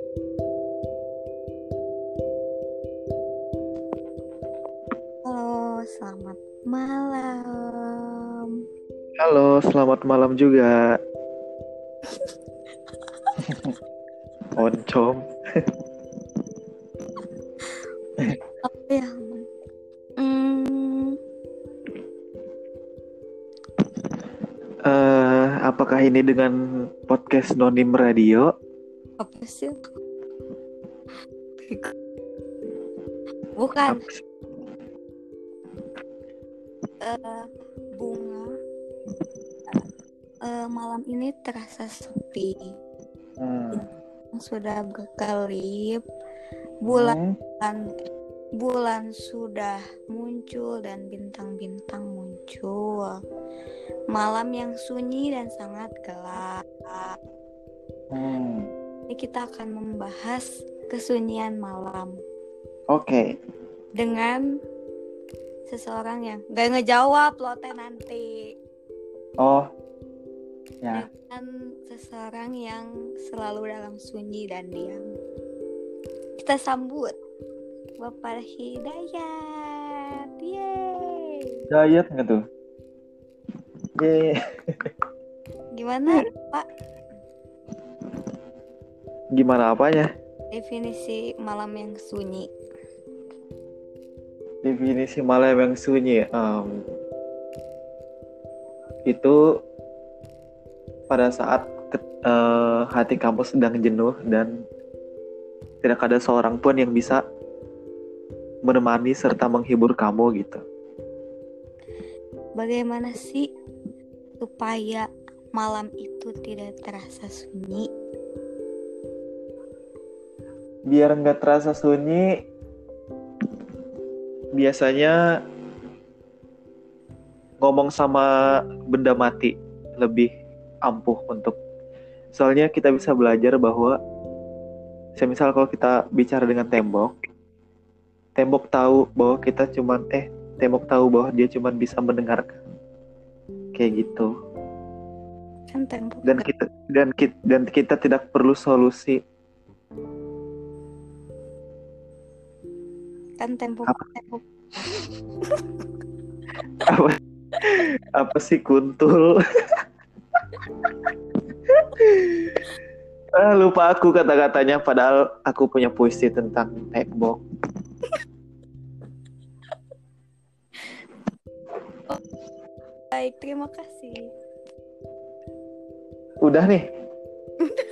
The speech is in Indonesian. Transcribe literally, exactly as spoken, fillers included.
Halo, selamat malam. Halo, selamat malam juga. Oncom. Apa ya? Hmm, Eh, apakah ini dengan podcast Nonim Radio? apa sih? Bukan. Apa sih? eh, bunga. Eh, malam ini terasa sepi. Hmm. Sudah berkelip. Bulan Hmm. bulan sudah muncul dan bintang-bintang muncul. Malam yang sunyi dan sangat gelap. Hmm. Ini kita akan membahas kesunyian malam Oke. dengan seseorang yang gak ngejawab loh teh nanti. Oh, ya. Dengan seseorang yang selalu dalam sunyi dan diam. Kita sambut Bapak Hidayat. Yeay. Diet nggak tuh? Yeay. Gimana Pak Gimana apanya? definisi malam yang sunyi? Definisi malam yang sunyi. Em, itu pada saat ke- eh, hati kamu sedang jenuh dan tidak ada seorang pun yang bisa menemani serta menghibur kamu gitu. Bagaimana sih supaya malam itu tidak terasa sunyi? Biar nggak terasa sunyi, biasanya ngomong sama benda mati lebih ampuh untuk, soalnya kita bisa belajar bahwa semisal kalau kita bicara dengan tembok, tembok tahu bahwa kita cuman eh tembok tahu bahwa dia cuman bisa mendengarkan kayak gitu. Kan tembok Dan gak, kita dan kita dan kita tidak perlu solusi. kan tembok Apa tembok apa, apa sih kuntul? Ah, lupa aku kata-katanya, padahal aku punya puisi tentang tembok. baik, terima kasih. Udah nih.